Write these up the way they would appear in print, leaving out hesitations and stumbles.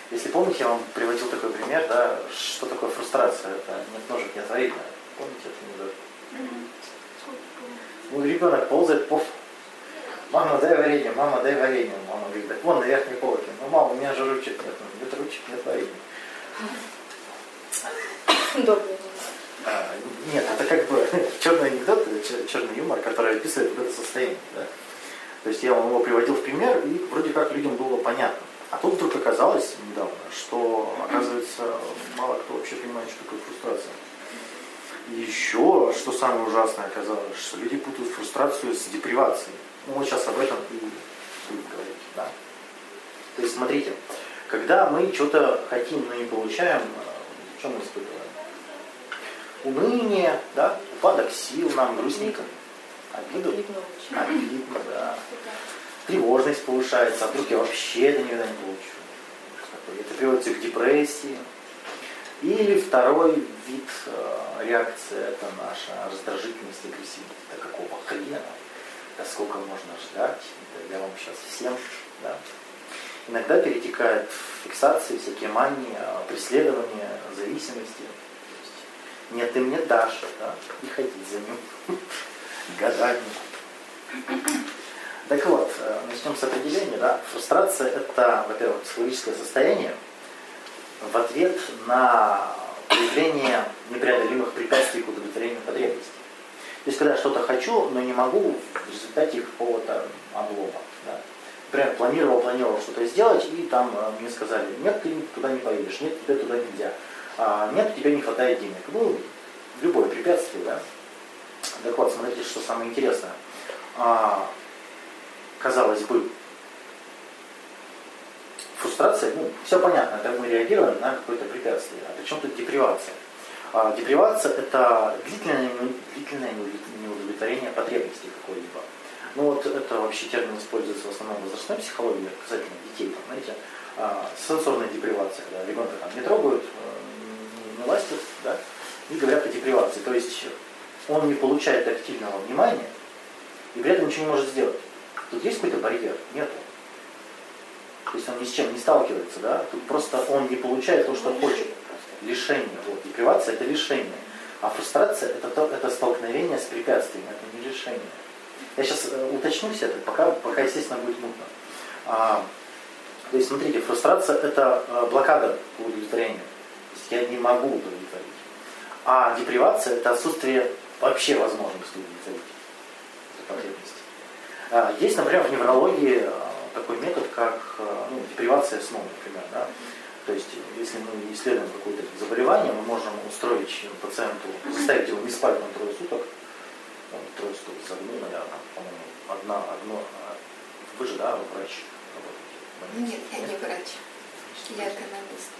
Если помните, я вам приводил такой пример, да, что такое фрустрация? Это нет ножек, нет варенья. Помните это анекдот? Ну, ребенок ползает по... Мама, дай варенье, мама, дай варенье. Мама говорит, так вон на верхней полке. Ну, мама, у меня же ручек нет. Нет ручек, нет варенья. Добрый. Нет, это как бы черный анекдот, черный юмор, который описывает вот это состояние. Да? То есть я вам его приводил в пример, и вроде как людям было понятно. А тут вдруг оказалось недавно, что, оказывается, мало кто вообще понимает, что такое фрустрация. И еще, что самое ужасное оказалось, что люди путают фрустрацию с депривацией. Ну, вот сейчас об этом и будем говорить. Да? То есть, смотрите, когда мы что-то хотим, но не получаем, что мы испытываем? Уныние, да? Упадок сил, нам грустненько. Обиду? Обидно, да. Тревожность повышается, а вдруг я вообще это никогда не получу. Это приводит к депрессии. Или второй вид реакции, это наша раздражительность, агрессивность. Да какого хрена? Да сколько можно ждать? Да я вам сейчас всем. Да? Иногда перетекает в фиксации, всякие мании, преследования, зависимости. Нет, ты мне дашь, да? И ходить за ним годами. Так вот, начнем с определения. Да? Фрустрация – это, во-первых, психологическое состояние в ответ на появление непреодолимых препятствий к удовлетворению потребностей. То есть, когда я что-то хочу, но не могу в результате какого-то облома. Да? Например, планировал что-то сделать, и там мне сказали, нет, ты туда не поедешь, нет, тебе туда нельзя, нет, тебе не хватает денег. Ну, любое препятствие, да. Так вот, смотрите, что самое интересное. Казалось бы, фрустрация, ну, все понятно, когда мы реагируем на какое-то препятствие. А при чем тут депривация? Депривация – это длительное неудовлетворение потребностей какой-либо. Ну вот это вообще термин используется в основном в возрастной психологии, касательно детей. Там, знаете, сенсорная депривация, когда ребенка там не трогают, не ластят, да, и говорят о депривации. То есть он не получает тактильного внимания и при этом ничего не может сделать. Тут есть какой-то барьер? Нету. То есть он ни с чем не сталкивается, да? Тут просто он не получает то, что хочет. Лишение. Вот. Депривация – это лишение. А фрустрация – это столкновение с препятствием, это не решение. Я сейчас уточню все это, пока естественно, будет мутно. То есть, смотрите, фрустрация – это блокада к удовлетворению. То есть я не могу удовлетворить. А депривация – это отсутствие вообще возможности удовлетворить потребности. Есть, например, в неврологии такой метод, как депривация сном, например. Да? То есть, если мы исследуем какое-то заболевание, мы можем устроить пациенту, заставить его не спать на 3 суток. 3 суток за дну, наверное, по-моему, вы же, да, врач работаете? Нет, я не врач. Я экономист.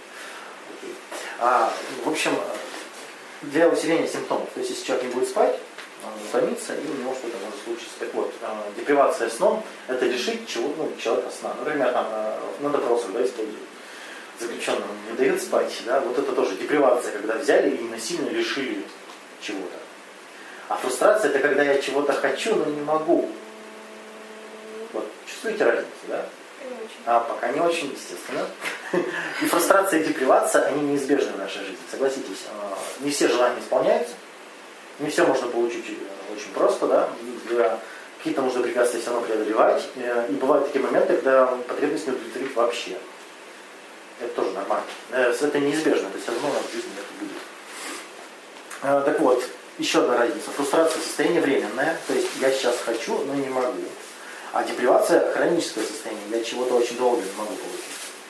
В общем, для усиления симптомов. То есть, если человек не будет спать, он утомится, и у него что-то может случиться. Так вот, депривация сном – это лишить человека сна. Например, там, на допросах, да, используют. Заключенным не дают спать, да, вот это тоже депривация, когда взяли и насильно лишили чего-то. А фрустрация – это когда я чего-то хочу, но не могу. Вот, чувствуете разницу, да? Пока не очень, естественно. И фрустрация и депривация, они неизбежны в нашей жизни, согласитесь. Не все желания исполняются, не все можно получить очень просто, да. Какие-то нужно препятствия все равно преодолевать. И бывают такие моменты, когда потребность не удовлетворить вообще. Это тоже нормально. Это неизбежно, то есть все равно в жизни это будет. Так вот, еще одна разница. Фрустрация – состояние временное, то есть я сейчас хочу, но не могу. А депривация – хроническое состояние, я чего-то очень долго не могу получить.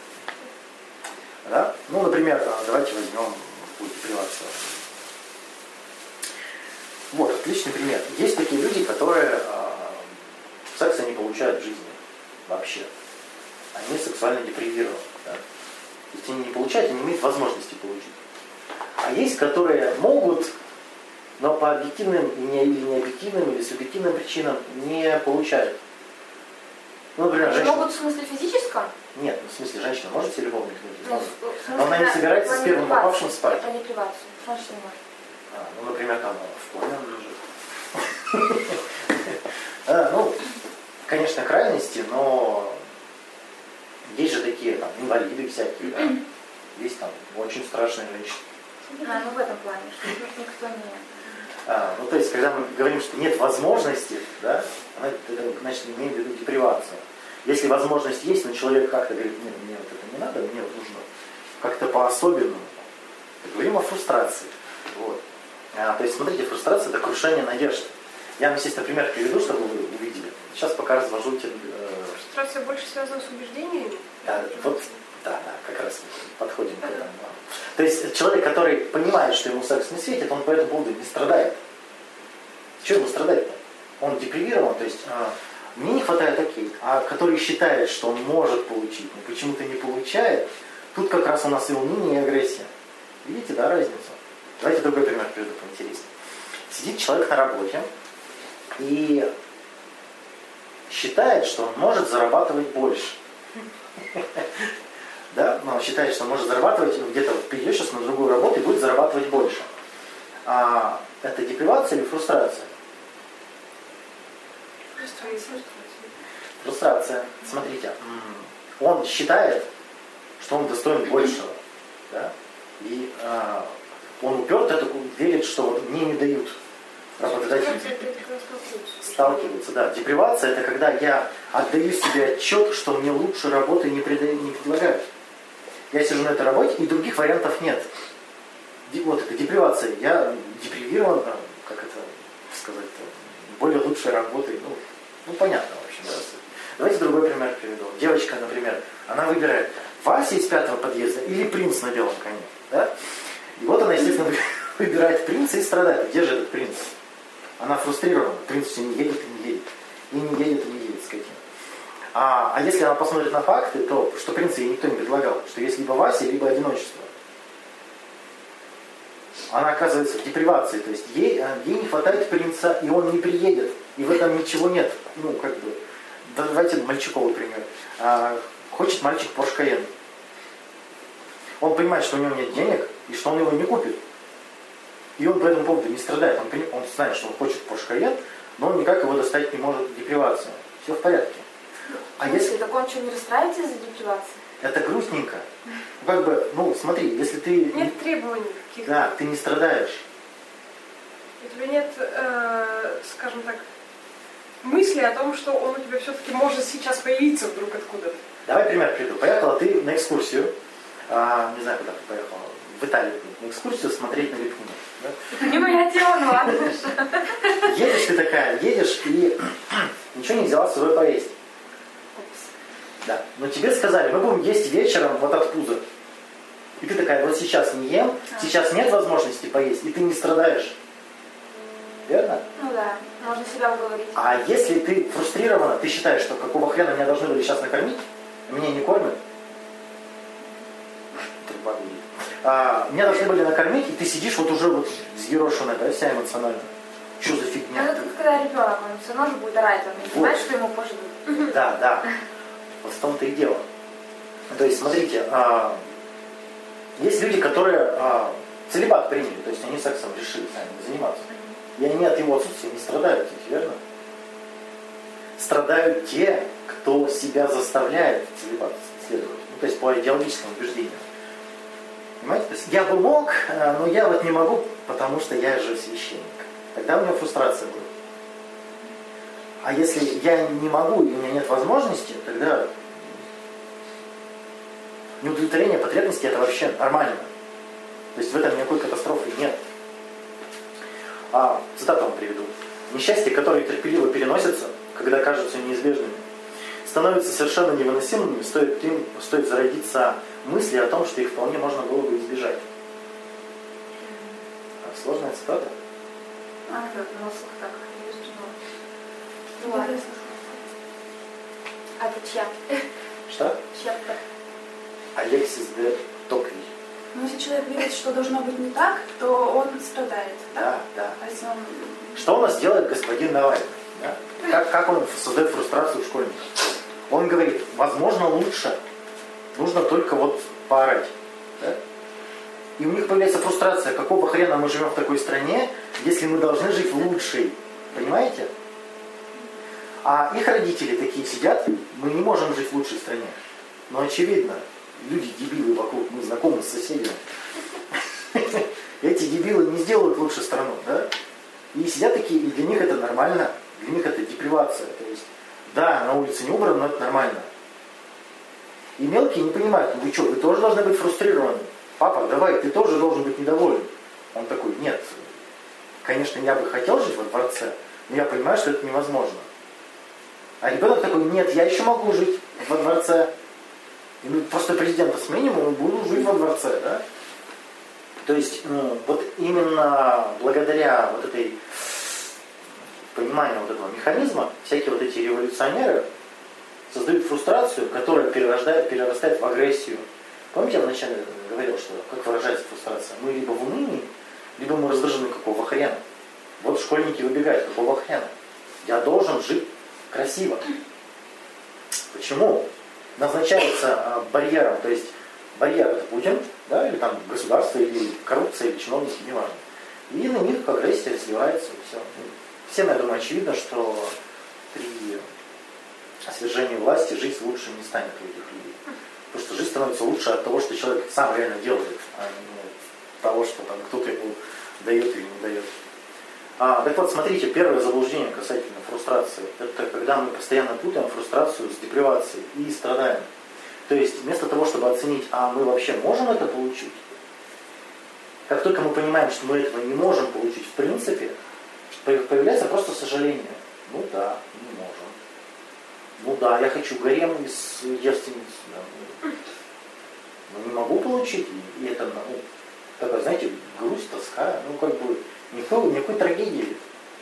Да? Ну, например, давайте возьмем депривацию. Вот, отличный пример. Есть такие люди, которые секса не получают в жизни вообще. Они сексуально депривированы. Да? То есть они не получают, они не имеют возможности получить. А есть, которые могут, но по объективным или необъективным, или субъективным причинам не получают. Ну, например, женщина... Могут в смысле физическом? Нет, в смысле, женщина может себе любовник найти? Но она не собирается с первым попавшим спать. Это не привация. Что не может? Ну, например, там в плане он лежит. Ну, конечно, крайности, но Есть же такие там инвалиды всякие, да? Есть там очень страшные женщины. Ну в этом плане, что никто не... Ну, то есть, когда мы говорим, что нет возможности, да, это, значит, имеем в виду депривацию. Если возможность есть, но человек как-то говорит, нет, мне вот это не надо, мне вот нужно как-то по-особенному. Говорим о фрустрации. Вот. То есть, смотрите, фрустрация – это крушение надежд. Я вам, естественно, пример приведу, чтобы вы увидели. Сейчас пока развожу те... Фрустрация больше связана с убеждениями? Да, вот, да, как раз подходим к этому. То есть человек, который понимает, что ему секс не светит, он по этому поводу не страдает. Чего ему страдать-то? Он депривирован, то есть мне не хватает окей, а который считает, что он может получить, но почему-то не получает, тут как раз у нас и уныние, и агрессия. Видите, да, разницу? Давайте другой пример приведу поинтереснее. Сидит человек на работе и считает, что он может зарабатывать больше. Да? Но он считает, что он может зарабатывать, где-то придет сейчас на другую работу и будет зарабатывать больше. Это депривация или фрустрация? Фрустрация. Смотрите, он считает, что он достоин большего. Да? И он уперт, это верит, что вот мне не дают работодатели. Сталкиваются, да. Депривация – это когда я отдаю себе отчет, что мне лучше работы не предлагают. Я сижу на этой работе, и других вариантов нет. Вот это депривация. Я депривирован, как это сказать, более лучшей работой. Ну понятно, в общем. Да. Давайте другой пример приведу. Девочка, например, она выбирает Вася из 5-го подъезда или принц на белом коне. Да? И вот она, естественно, выбирает принца и страдает. Где же этот принц? Она фрустрирована. Принц все не едет и не едет. И не едет, и не едет, скотина. А если она посмотрит на факты, то что принца ей никто не предлагал. Что есть либо Вася, либо одиночество. Она оказывается в депривации. То есть ей не хватает принца, и он не приедет. И в этом ничего нет. Ну, как бы. Давайте мальчиковый пример. Хочет мальчик Porsche Cayenne. Он понимает, что у него нет денег, и что он его не купит. И он по этому поводу не страдает. Он знает, что он хочет Porsche Cayenne, но он никак его достать не может. Депривация. Все в порядке. А если... Так он что, не расстраивается из-за депривации? Это грустненько. Как бы, смотри, если ты... Нет требований каких-то. Да, ты не страдаешь. У тебя нет, скажем так, мысли о том, что он у тебя все-таки может сейчас появиться вдруг откуда-то. Давай пример приведу. Поехала ты на экскурсию, не знаю, куда ты поехала, в Италию на экскурсию смотреть на Липкино. Да? Не моя тема, ну ладно. Едешь ты такая, едешь и ничего не взяла с собой поесть. Да. Но тебе сказали, мы будем есть вечером вот от пуза. И ты такая, вот сейчас не ем, сейчас нет возможности поесть, и ты не страдаешь. Верно? Ну да, можно себя уговорить. А если ты фрустрирована, ты считаешь, что какого хрена меня должны были сейчас накормить, а меня не кормят, меня должны были накормить, и ты сидишь вот уже вот взъерошенная, да, вся эмоционально. Что за фигня? Это как когда ребенок, он все равно же будет орать, он не понимает, что ему позже будет. Да, да. Вот в том-то и дело. То есть, смотрите, есть люди, которые целибат приняли, то есть они сексом решили сами не заниматься. И они от его отсутствия не страдают, верно? Страдают те, кто себя заставляет целибат следовать. То есть по идеологическому убеждению. Понимаете? То есть я бы мог, но я вот не могу, потому что я же священник. Тогда у меня фрустрация будет. А если я не могу и у меня нет возможности, тогда неудовлетворение потребностей это вообще нормально. То есть в этом никакой катастрофы нет. Цитату вам приведу. Несчастья, которые терпеливо переносятся, когда кажутся неизбежными, становятся совершенно невыносимыми, стоит зародиться мысли о том, что их вполне можно было бы избежать. Сложная цитата? На слух так, Ну ладно. А это чья? Что? Чья-то. Алексис де Токвиль. Но если человек видит, что должно быть не так, то он страдает. Да, да. А если он... Что у нас делает господин Навальный? Да? Как он создает фрустрацию в школьниках? Он говорит, возможно, лучше. Нужно только вот поорать. Да? И у них появляется фрустрация, какого хрена мы живем в такой стране, если мы должны жить в лучшей. Понимаете? А их родители такие сидят, мы не можем жить в лучшей стране. Но очевидно, люди дебилы вокруг, мы знакомы с соседями. Эти дебилы не сделают лучше страну, да? И сидят такие, и для них это нормально, для них это депривация. То есть, да, на улице не убрано, но это нормально. И мелкие не понимают, ну вы что, вы тоже должны быть фрустрированы. Папа, давай, ты тоже должен быть недоволен. Он такой, нет, конечно, я бы хотел жить во дворце, но я понимаю, что это невозможно. А ребенок такой, нет, я еще могу жить во дворце. И мы просто президента сменим, и буду жить во дворце, да? То есть, вот именно благодаря вот этой пониманию вот этого механизма, всякие вот эти революционеры создают фрустрацию, которая перерастает в агрессию. Помните, я вначале говорил, что как выражается фрустрация? Мы либо в унынии, либо мы раздражены, какого хрена. Вот школьники выбегают, какого хрена. Я должен жить красиво. Почему? Назначается барьером, то есть барьер это Путин, да, или там государство, или коррупция, или чиновники, неважно. И на них агрессия сливается, и все. Всем, я думаю, очевидно, что при свержении власти жизнь лучше не станет у этих людей. Потому что жизнь становится лучше от того, что человек сам реально делает, а не от того, что там кто-то ему дает или не дает. Так вот, смотрите, первое заблуждение касательно фрустрации. Это когда мы постоянно путаем фрустрацию с депривацией и страдаем. То есть, вместо того, чтобы оценить, а мы вообще можем это получить, как только мы понимаем, что мы этого не можем получить в принципе, появляется просто сожаление. Ну да, не можем. Ну да, я хочу гарем из девственниц. Да, но не могу получить. И это, такая, знаете, грусть, тоска. Ну, как бы, никакой трагедии.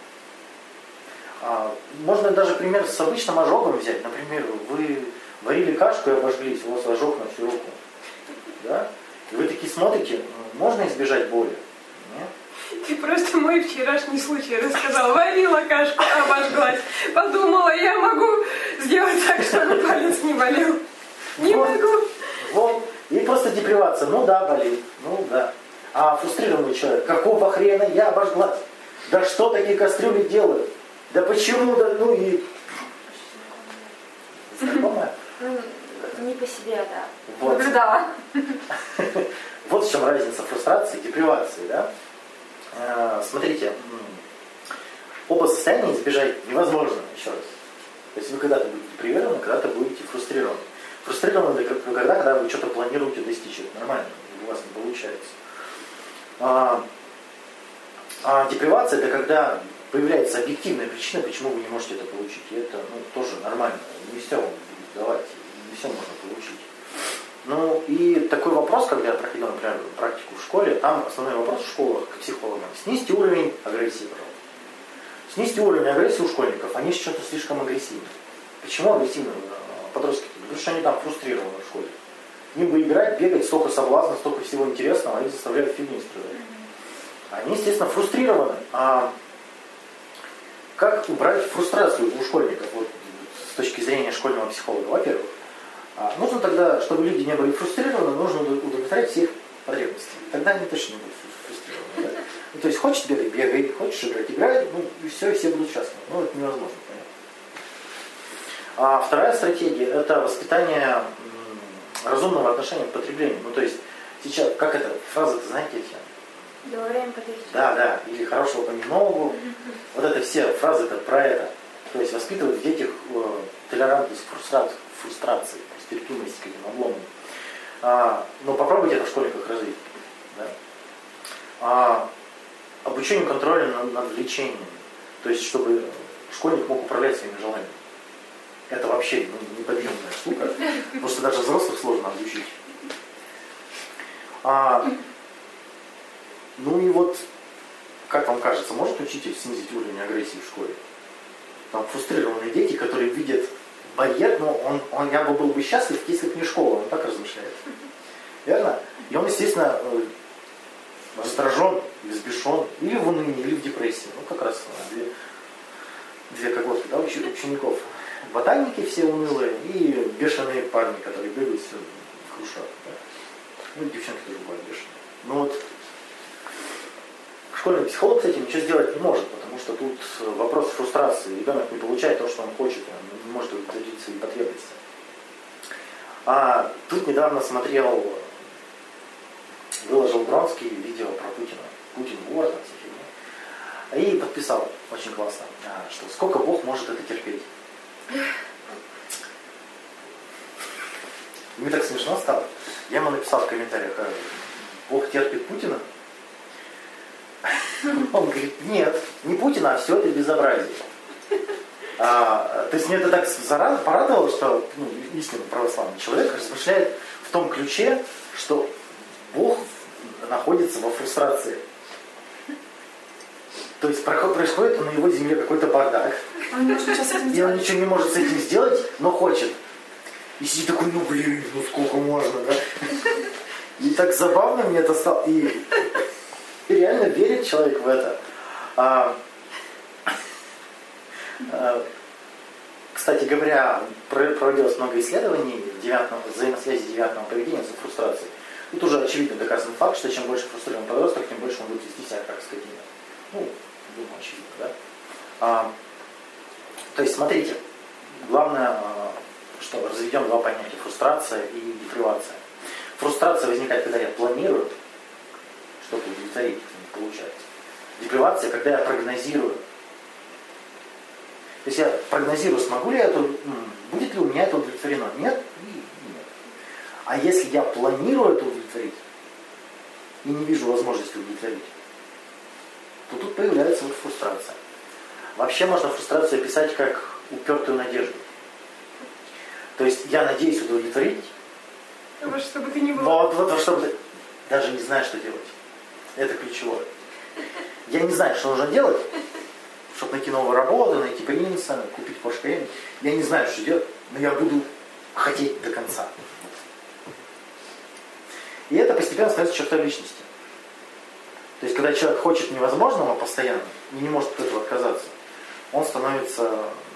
Можно даже пример с обычным ожогом взять. Например, вы варили кашку и обожглись, у вас ожог на всю руку. Да? И вы такие смотрите, можно избежать боли? Нет? Ты просто мой вчерашний случай рассказал. Варила кашку, обожглась. Подумала, я могу сделать так, чтобы палец не болел. Не могу. Вот. И просто депривация. Ну да, болит. Ну да. А фрустрированный человек, какого хрена я обожглась? Да что такие кастрюли делают? Да почему? Да, ну и... Знакомая? Не по себе, да. Вот. Наблюдала. Вот в чем разница фрустрации и депривации, да? Смотрите, оба состояния избежать невозможно, еще раз. То есть вы когда-то будете депривированы, когда-то будете фрустрированы. Фрустрированы это когда вы что-то планируете достичь, это нормально, у вас не получается. А депривация это когда появляется объективная причина, почему вы не можете это получить. И это тоже нормально, не все вам будет давать, не все можно получить. Ну и такой вопрос, когда я проходил, например, практику в школе, там основной вопрос в школах к психологам. Снизьте уровень агрессии, пожалуйста. Снизьте уровень агрессии у школьников, они что-то слишком агрессивны. Почему агрессивны подростки? Потому что они там фрустрированы в школе. Им бы играть, бегать, столько соблазна, столько всего интересного, они заставляют фигню страдать. Они, естественно, фрустрированы. А как убрать фрустрацию у школьников, вот, с точки зрения школьного психолога? Во-первых, нужно тогда, чтобы люди не были фрустрированы, нужно удовлетворять все их потребности. Тогда они точно не будут фрустрированы. Да? Ну, то есть хочешь бегать, бегай, хочешь играть, играй, ну и все будут счастливы. Ну, это невозможно, понятно. А вторая стратегия – это воспитание разумного отношения к потреблению. Ну, то есть, сейчас, как эта фраза-то, знаете, Было время потерять. Да, или хорошего понемногу. Вот это все фразы-то про это. То есть воспитывать в детях толерантность к фрустрации, терпимость к этим обломам. Но попробуйте это в школьниках развить. Да? Обучение контроля над влечениями. То есть, чтобы школьник мог управлять своими желаниями. Это вообще неподъемная штука. Потому что даже взрослых сложно обучить. Ну и вот, как вам кажется, может учитель снизить уровень агрессии в школе? Там фрустрированные дети, которые видят барьер, но я бы был бы счастлив, если бы не школа, он так размышляет. Верно? И он, естественно, раздражен, взбешен, или в унынии, или в депрессии. Ну, как раз две когорты, да, учеников. Ботаники все унылые и бешеные парни, которые бегают все в крушах. Да? Ну, и девчонки тоже бывают бешеные. Ну вот, школьный психолог с этим ничего сделать не может, потому что тут вопрос фрустрации. Ребенок не получает то, что он хочет, он не может удовлетворить свои потребности. Тут недавно смотрел, выложил Бронский видео про Путина. Путин вор, там все фигня. И подписал, очень классно, что сколько Бог может это терпеть. Мне так смешно стало. Я ему написал в комментариях, Бог терпит Путина? Он говорит, нет, не Путина, а все это безобразие. То есть мне это так порадовало, что истинно православный человек размышляет в том ключе, что Бог находится во фрустрации. То есть происходит на его земле какой-то бардак. И он ничего не может с этим сделать, но хочет. И сидит такой, ну сколько можно, да? И так забавно мне это стало. И реально верит человек в это. Кстати говоря, проводилось много исследований взаимосвязи девиантного поведения со фрустрацией. Тут уже очевидно доказан факт, что чем больше фрустрирован подросток, тем больше он будет вести себя как скотина. Думаю, очевидно, да? То есть, смотрите, главное, что разведем два понятия: фрустрация и депривация. Фрустрация возникает, когда я планирую, что-то удовлетворить, не получается. Депривация, когда я прогнозирую. То есть я прогнозирую, смогу ли я это, будет ли у меня это удовлетворено. Нет и нет. А если я планирую это удовлетворить и не вижу возможности удовлетворить, то тут появляется вот фрустрация. Вообще можно фрустрацию описать как упертую надежду. То есть я надеюсь удовлетворить. Вот чтобы ты не был. Вот чтобы ты даже не знаешь, что делать. Это ключевое. Я не знаю, что нужно делать, чтобы найти новую работу, найти принца, купить Porsche Cayenne. Я не знаю, что делать, но я буду хотеть до конца. И это постепенно становится чертой личности. То есть, когда человек хочет невозможного постоянно и не может от этого отказаться, он становится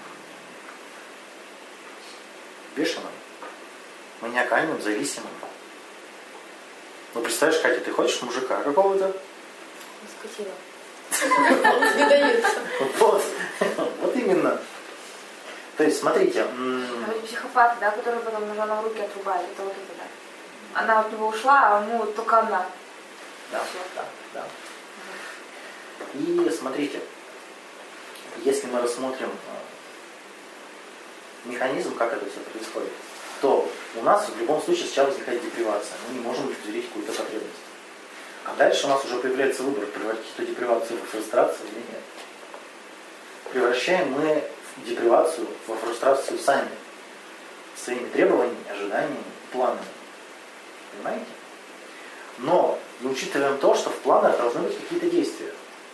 бешеным, маниакальным, зависимым. Ну, представляешь, Катя, ты хочешь мужика какого-то? Скотина. Не дается. Вот именно. То есть, смотрите. Вот психопаты, да, которые потом на руки отрубали, это вот это, да. Она от него ушла, а ему вот только она. Да. И смотрите, если мы рассмотрим механизм, как это все происходит, то у нас в любом случае сначала возникает депривация. Мы не можем удовлетворить какую-то потребность. А дальше у нас уже появляется выбор, превратить эту депривацию во фрустрацию или нет. Превращаем мы депривацию во фрустрацию сами, своими требованиями, ожиданиями, планами. Понимаете? Но не учитываем то, что в планах должны быть какие-то действия,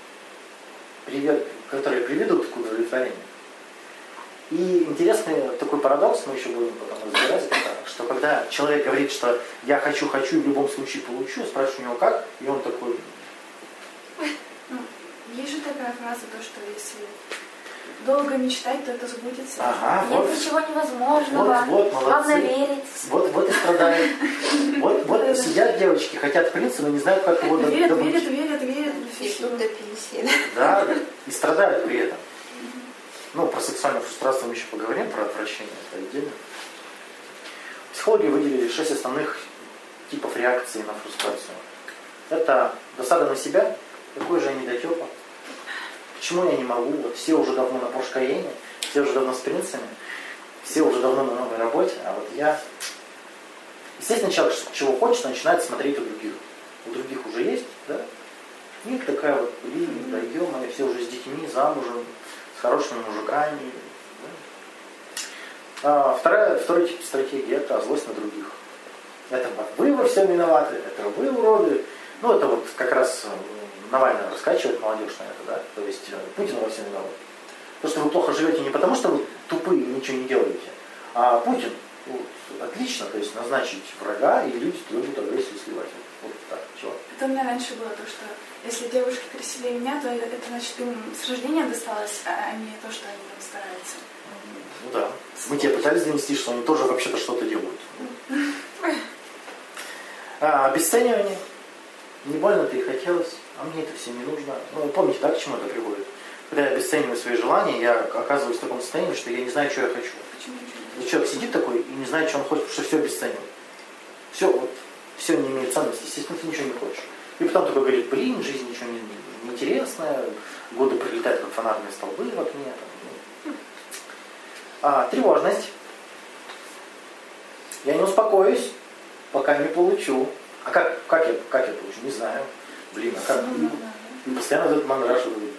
которые приведут к удовлетворению. И интересный такой парадокс, мы еще будем потом разбирать, что когда человек говорит, что я хочу и в любом случае получу, спрашиваю у него как, и он такой... Есть же такая фраза, то, что если долго мечтать, то это сбудется. Ага, нет ничего невозможного. Вот, главное молодцы. верить. Вот и страдают. Вот сидят девочки, хотят принца, но не знают, как его добыть. Верят. И ждут до пенсии. Да, и страдают при этом. Про сексуальную фрустрацию мы еще поговорим, про отвращение, это отдельно. В психологии выделили 6 основных типов реакции на фрустрацию. Это досада на себя, какой же я недотепа, почему я не могу, вот все уже давно на Porsche Cayenne, все уже давно с принцами, все уже давно на новой работе, а вот я... Естественно, человек чего хочет, начинает смотреть у других. У других уже есть, да? И такая вот, да ё-моё, все уже с детьми, замужем, с хорошими мужиками. Да? Второй тип стратегии – это злость на других. Это вы во всем виноваты, это вы уроды. Это вот как раз Навальный раскачивает молодежь на это, да? То есть Путин во всем виноват. То, что вы плохо живете не потому, что вы тупые и ничего не делаете, а Путин отлично, то есть назначить врага, и люди туда будут агрессию сливать. Вот так, чего. Это у меня раньше было то, что если девушки красивее меня, то это значит им с рождения досталось, а не то, что они там стараются. Да. Мы тебе пытались донести, что они тоже вообще-то что-то делают. Обесценивание. Не больно-то и хотелось, а мне это все не нужно. Помните, да, к чему это приводит? когда я обесцениваю свои желания, я оказываюсь в таком состоянии, что я не знаю, что я хочу. Почему? И человек сидит такой и не знает, что он хочет, потому что все обесценивает. Все, вот, все не имеет ценности, естественно, ты ничего не хочешь. И потом такой говорит, блин, жизнь ничего не интересная, годы пролетают, как фонарные столбы в окне. Тревожность. Я не успокоюсь, пока не получу. А как я получу? Не знаю. Блин, а как? И постоянно этот мандраж выйдет.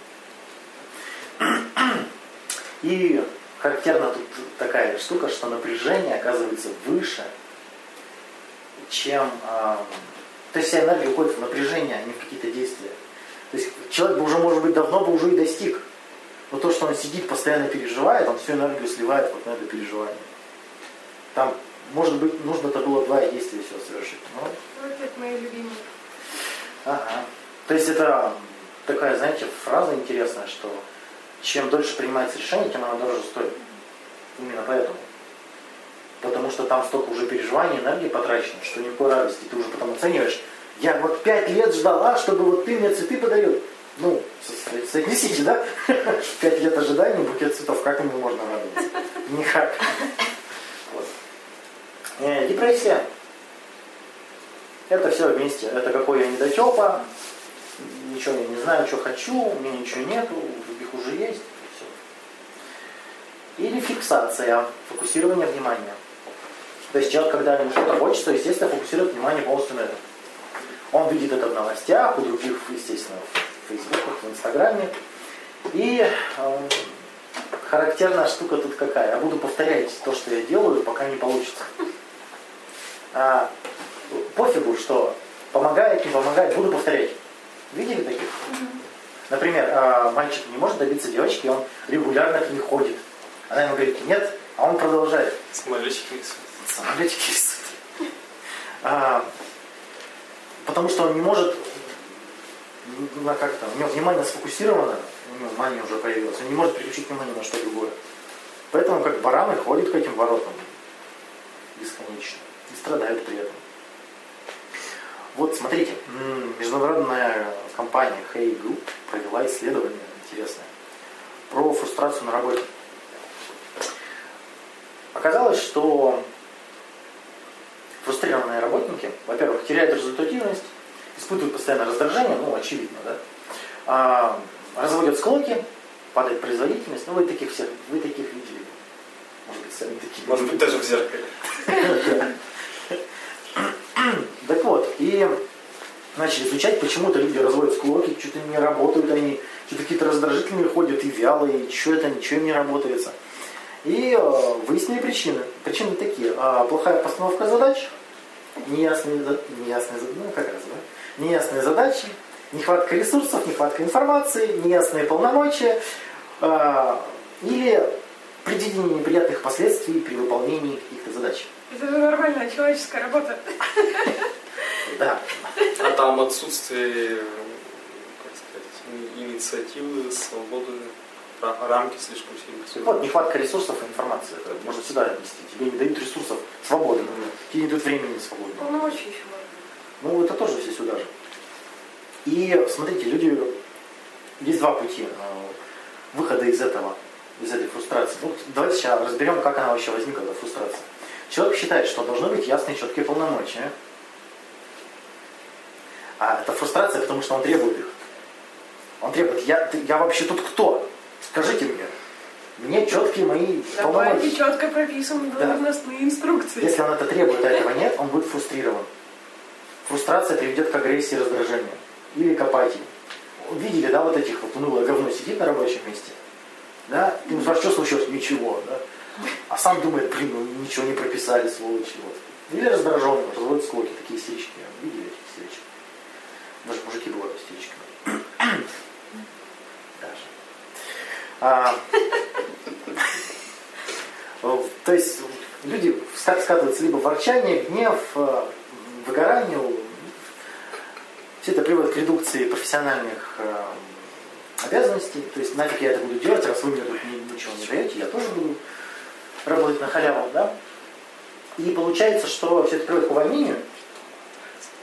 И характерна тут такая штука, что напряжение оказывается выше, чем... то есть вся энергия уходит в напряжение, а не в какие-то действия. То есть человек бы уже, может быть, давно бы уже и достиг. Но то, что он сидит, постоянно переживает, он всю энергию сливает вот на это переживание. Там, может быть, нужно-то было 2 действия все совершить. Но... Вот это мои любимые. Ага. То есть это такая, знаете, фраза интересная, что чем дольше принимается решение, тем оно дороже стоит. Именно поэтому. Потому что там столько уже переживаний, энергии потрачено, что никакой радости. Ты уже потом оцениваешь. Я вот 5 лет ждала, чтобы вот ты мне цветы подарил. Ну, соотнесите, да? 5 лет ожидания, букет цветов. Как ему можно радоваться? Никак. Вот. Депрессия. Это все вместе. Это какой я недотепа. Ничего я не знаю, что хочу. У меня ничего нету. Других уже есть. Все. Или фиксация. Фокусирование внимания. То есть человек, когда ему что-то хочется, естественно, фокусирует внимание полностью на этом. Он видит это в новостях, у других, естественно, в Фейсбуках, в Инстаграме. И характерная штука тут какая? Я буду повторять то, что я делаю, пока не получится. Пофигу, что помогает, не помогает, буду повторять. Видели таких? Например, мальчик не может добиться девочки, он регулярно к ней ходит. Она ему говорит, нет, а он продолжает. Самолетики рисуют. Самолетики рисуют. Потому что он не может, как-то, у него внимание сфокусировано, у него мания уже появилась, он не может переключить внимание на что другое. Поэтому как бараны ходят к этим воротам бесконечно и страдают при этом. Вот смотрите, международная компания Hey Group провела исследование интересное про фрустрацию на работе. Оказалось, что фрустрированные работники, во-первых, теряют результативность, испытывают постоянное раздражение, ну, очевидно, да, разводят склоки, падает производительность, ну, вы таких видели. Может быть, сами такие. Может быть, даже в зеркале. Так вот, и начали изучать, почему-то люди разводят склоки, что-то не работают они, что-то какие-то раздражительные ходят и вялые, что это, ничего им не работается. И выяснили причины. Причины такие. Плохая постановка задач, неясные задачи, нехватка ресурсов, нехватка информации, неясные полномочия или предвидение неприятных последствий при выполнении каких-то задач. Это же нормальная человеческая работа. Да. А там отсутствие, как сказать, инициативы, свободы, рамки слишком сильно. Вот, нехватка ресурсов и информации. Это можно сюда отнести. Тебе не дают ресурсов свободы. Тебе не дают времени свободы. Полномочия еще можно. Ну, это тоже все сюда же. И смотрите, люди... Есть 2 пути выхода из этой фрустрации. Ну, давайте сейчас разберем, как она вообще возникла, эта фрустрация. Человек считает, что должны быть ясные, четкие полномочия. А это фрустрация, потому что он требует их. Он требует, я вообще тут кто? Скажите мне четкие мои полномочия. Давайте четко прописаны должностные инструкции. Если он это требует, а этого нет, он будет фрустрирован. Фрустрация приведет к агрессии и раздражению. Или к апатии. Видели, да, вот этих вот унылое говно сидит на рабочем месте? Да? Ты ему спрашиваешь, что случилось? Ничего, да? А сам думает, блин, ну ничего не прописали, сволочи. Вот. Или раздраженный, разводят склоки, такие истерички. Видели эти истерички? Даже мужики бывают истеричками. Даже. То есть люди скатываются либо в ворчание, гнев, выгоранию. Все это приводит к редукции профессиональных обязанностей. То есть нафиг я это буду делать, раз вы мне тут ничего не даете, я тоже буду работать на халяву, да? И получается, что все это приводит к увольнению.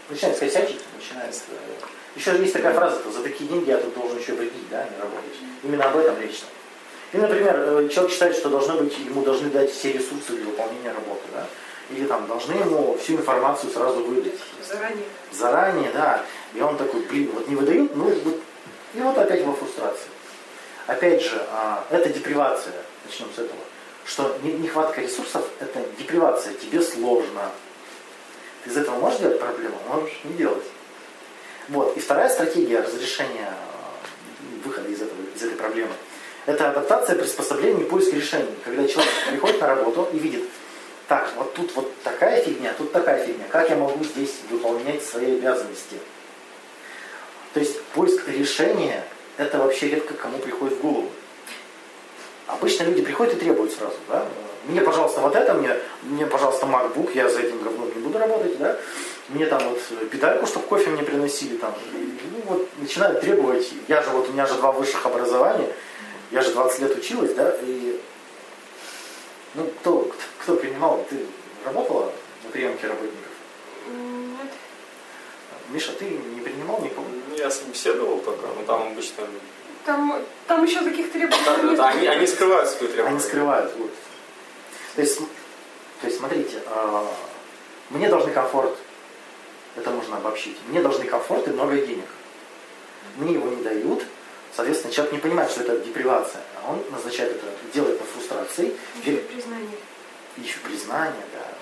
начинает косячить, начинает... Еще есть такая фраза, за такие деньги я тут должен еще вредить, да, не работать. Именно об этом речь. И, например, человек считает, что ему должны дать все ресурсы для выполнения работы, да? Или там должны ему всю информацию сразу выдать. Заранее. Заранее, да. И он такой, блин, вот не выдают, ну вот, и вот опять во фрустрации. Опять же, это депривация, начнем с этого. Что нехватка ресурсов – это депривация, тебе сложно. Ты из этого можешь делать проблему? Можешь не делать. Вот. И вторая стратегия разрешения выхода из этой проблемы – это адаптация, приспособление и поиск решений. Когда человек приходит на работу и видит, так, вот тут вот такая фигня, тут такая фигня. Как я могу здесь выполнять свои обязанности? То есть поиск решения – это вообще редко кому приходит в голову. Обычно люди приходят и требуют сразу, да? Мне, пожалуйста, вот это, мне, пожалуйста, MacBook, я за этим говном не буду работать, да? Мне там вот педальку, чтобы кофе мне приносили, там, ну, вот, начинают требовать. У меня же 2 высших образования, я же 20 лет училась, да, и, ну, кто принимал, ты работала на приемке работников? Нет. Миша, ты не принимал никого? Я собеседовал только, но там обычно... Там еще таких требований нет. Они скрывают свои требования. Они скрывают, вот. То есть смотрите, мне должны комфорт, это можно обобщить, мне должны комфорт и много денег. Мне его не дают, соответственно, человек не понимает, что это депривация, а он назначает это, делает на фрустрации. Еще признание. Еще признание,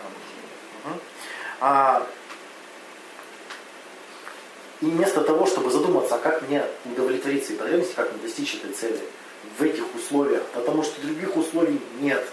да. Угу. И вместо того, чтобы задуматься, как мне удовлетворить свои потребности, как мне достичь этой цели в этих условиях, потому что других условий нет.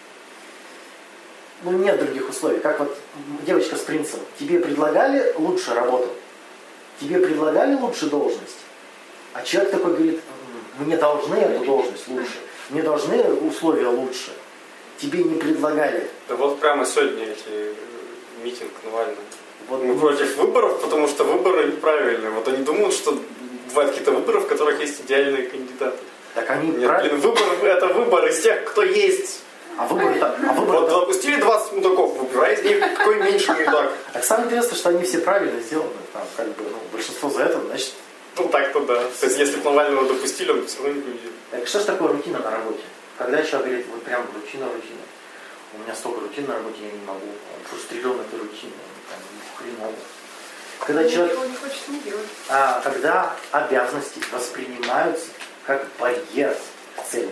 Ну, нет других условий. Как вот девочка с принцем. Тебе предлагали лучше работу, тебе предлагали лучше должность, а человек такой говорит, мне должны эту должность лучше, мне должны условия лучше, тебе не предлагали. Да вот прямо сегодня митинг Навального. Вот. Мы против выборов, потому что выборы неправильные. Вот они думают, что бывают какие-то выборы, в которых есть идеальные кандидаты. Так они Нет, блин, выборы это выбор из тех, кто есть. Вот запустили 20 мудаков, выбирай из них какой меньше мудак. А самое интересное, что они все правильно сделаны. Там, как бы, большинство за это, значит... Ну так-то да. То есть если бы Навального допустили, он бы все равно не победил. Так что ж такое рутина на работе? Когда человек говорит, вот прям рутина. У меня столько рутин на работе, я не могу. Он фрустрирован этой рутиной. Хреново. Когда человек... Он не хочет не делать. Когда обязанности воспринимаются как барьер к цели.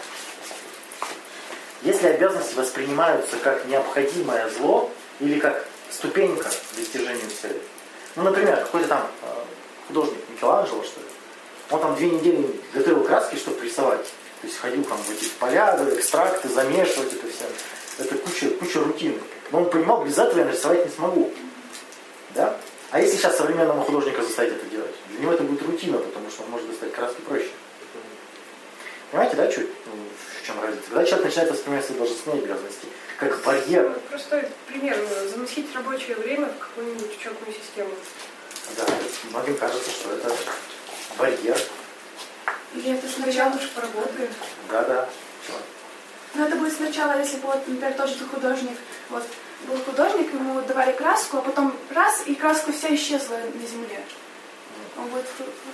Если обязанности воспринимаются как необходимое зло или как ступенька к достижению цели. Ну, например, какой-то там художник Микеланджело, что ли, он там 2 недели готовил краски, чтобы рисовать. То есть ходил там в эти поля, экстракты, замешивать это все. Это куча рутины. Но он понимал, без этого я нарисовать не смогу. Да? А если сейчас современного художника заставить это делать? Для него это будет рутина, потому что он может достать краски проще. Понимаете, да, в чем разница? Когда человек начинает воспринимать свои должностные обязанности как барьер. Простой пример. Заносить рабочее время в какую-нибудь учетную систему. Да, многим кажется, что это барьер. Или это Сначала сначала... уж поработаем. Да. Но это будет сначала, если бы, вот, например, тот же художник, вот, был художник, ему давали краску, а потом раз, и краска вся исчезла на земле. Он будет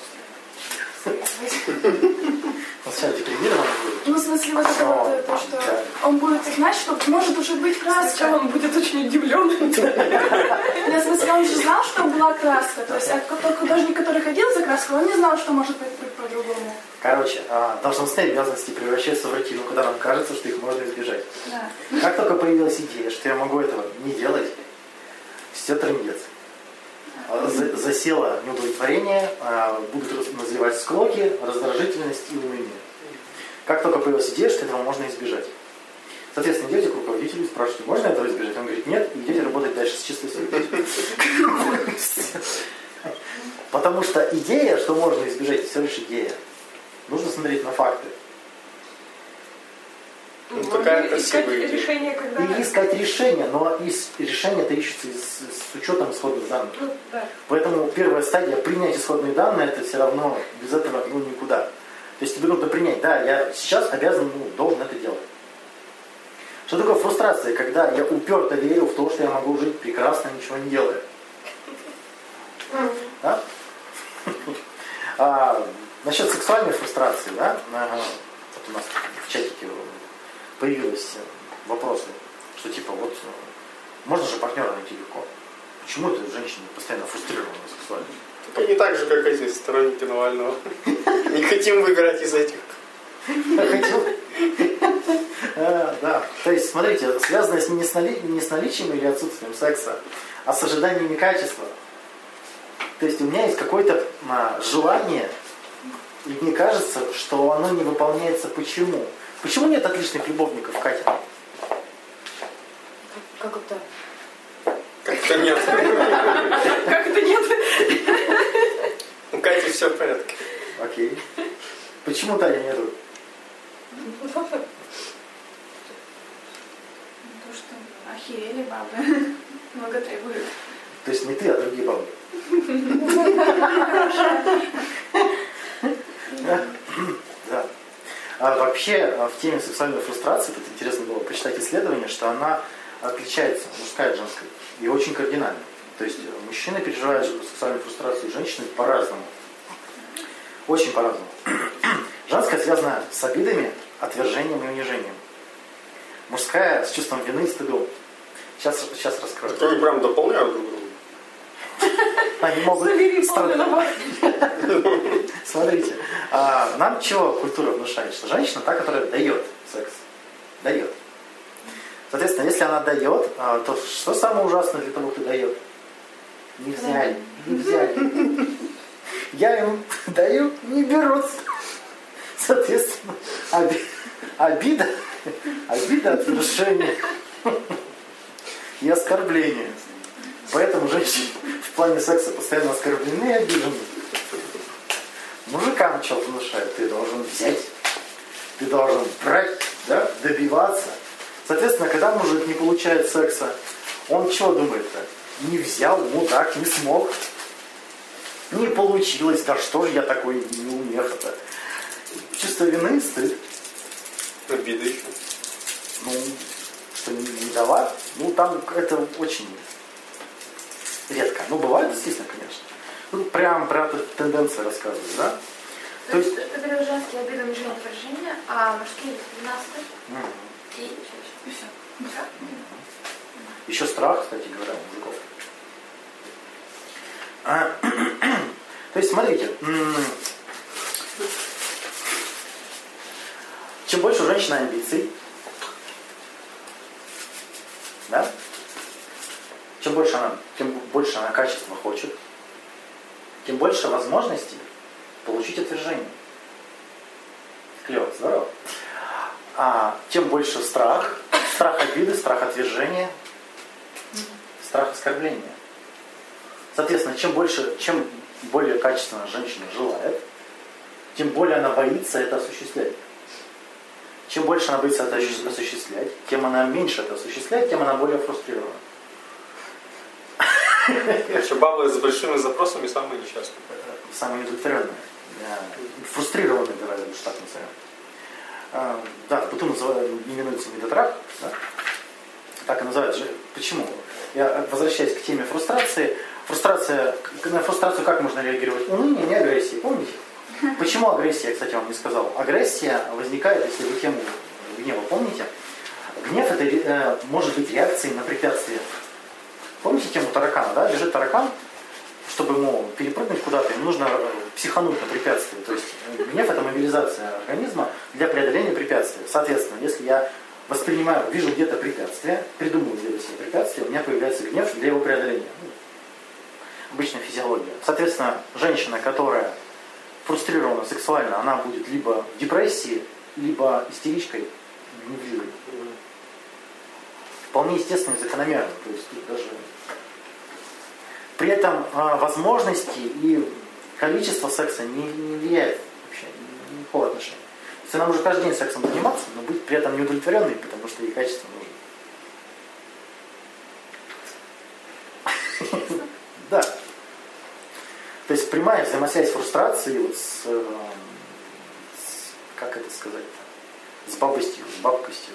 Он сначала депримирован будет. Ну, в смысле, вот это вот, то, что он будет знать, что может уже быть краска. Сначала он будет очень удивлен. Нет, в смысле, он же знал, что была краска. То есть, тот художник, который ходил за краской, он не знал, что может быть по-другому. Короче, должностные обязанности превращаются в рутину, когда нам кажется, что их можно избежать. Да. Как только появилась идея, что я могу этого не делать, все трындец. Засело неудовлетворение, будут назревать склоки, раздражительность и уныние. Как только появилась идея, что этого можно избежать. Соответственно, идете к руководителю и спрашиваете, можно этого избежать? Он говорит, нет, и идете работать дальше с чистой совестью. Потому что идея, что можно избежать, всего лишь идея. Нужно смотреть на факты. Такая искать красивая идея. решение, когда... И искать решение, но решение-то ищется с учетом исходных данных. Ну, да. Поэтому первая стадия принять исходные данные, это все равно без этого никуда. То есть тебе нужно принять, да, я сейчас обязан, должен это делать. Что такое фрустрация? Когда я уперто верю в то, что я могу жить прекрасно, ничего не делая. Насчет сексуальной фрустрации, да? Вот у нас в чатике появились вопросы, что типа вот можно же партнера найти легко. Почему это женщины постоянно фрустрированы сексуально? Это не так же, как эти сторонники Навального. Не хотим выбирать из этих. Да. То есть, смотрите, связано не с наличием или отсутствием секса, а с ожиданиями качества. То есть у меня есть какое-то желание, и мне кажется, что оно не выполняется. Почему? Почему нет отличных любовников, Катя? Как это? Как-то нет. Как это нет? У Кати все в порядке. Окей. Почему Таня нету? То, что охерели бабы. Много требуют. То есть не ты, а другие бабы. Да. А вообще в теме сексуальной фрустрации, тут интересно было почитать исследование, что она отличается, мужская от женской, и очень кардинально. То есть мужчины переживают сексуальную фрустрацию, женщины по-разному. Очень по-разному. Женская связана с обидами, отвержением и унижением. Мужская с чувством вины и стыдом. Сейчас раскрою. Они прям дополняют друг друга. Они могут страдать. Смотрите, нам чего культура внушает? Что женщина та, которая дает секс. Дает. Соответственно, если она дает, то что самое ужасное для того, кто дает? Не взяли. Не взяли. Я им даю, не берут. Соответственно, обида, отвержение и оскорбление. Поэтому женщины в плане секса постоянно оскорблены и обижены. Мужикам что внушают? Ты должен взять, ты должен брать, да? Добиваться. Соответственно, когда мужик не получает секса, он чего думает-то? Не взял, мудак, не смог. Не получилось, да что же я такой неумеха-то? Чувство вины, стыд. Обида еще. Ну, что не дала, ну там это очень редко. Ну, бывает, действительно, конечно. Ну, прям про эту тенденцию рассказываю, да? То есть это были женские обиды, унижения, отвержения, а мужские дискриминации и все. Еще страх, кстати говоря, у мужиков. То есть, смотрите, чем больше у женщины амбиций, да? Чем больше она качества хочет, тем больше возможностей получить отвержение. Клево, здорово. Тем больше страх обиды, страх отвержения, страх оскорбления. Соответственно, чем более качественно женщина желает, тем более она боится это осуществлять. Чем больше она боится это осуществлять, тем она меньше это осуществляет, тем она более фрустрирована. Короче, бабы с большими запросами самые несчастные. Самые удовлетворенные. Фрустрированные, давай лучше так назовем. Да, в быту именуется медотрах. Да? Так и называют. Почему? Я возвращаюсь к теме фрустрации. На фрустрацию как можно реагировать? Уныние, не агрессия. Помните? Почему агрессия, кстати, вам не сказал? Агрессия возникает, если вы тему гнева помните. Гнев это может быть реакцией на препятствие. Помните тему таракана, да? Бежит таракан, чтобы ему перепрыгнуть куда-то, ему нужно психануть на препятствие. То есть гнев это мобилизация организма для преодоления препятствия. Соответственно, если я вижу где-то препятствие, придумываю где-то себе препятствие, у меня появляется гнев для его преодоления. Обычная физиология. Соответственно, женщина, которая фрустрирована сексуально, она будет либо в депрессии, либо истеричкой, гневливой. Вполне естественно и закономерно. То есть тут даже... При этом возможности и количество секса не влияет вообще никакого отношения. То есть она может каждый день сексом заниматься, но быть при этом неудовлетворенной, потому что ей качество нужно. Да. То есть прямая взаимосвязь фрустрации вот как это сказать-то? С бабкостью.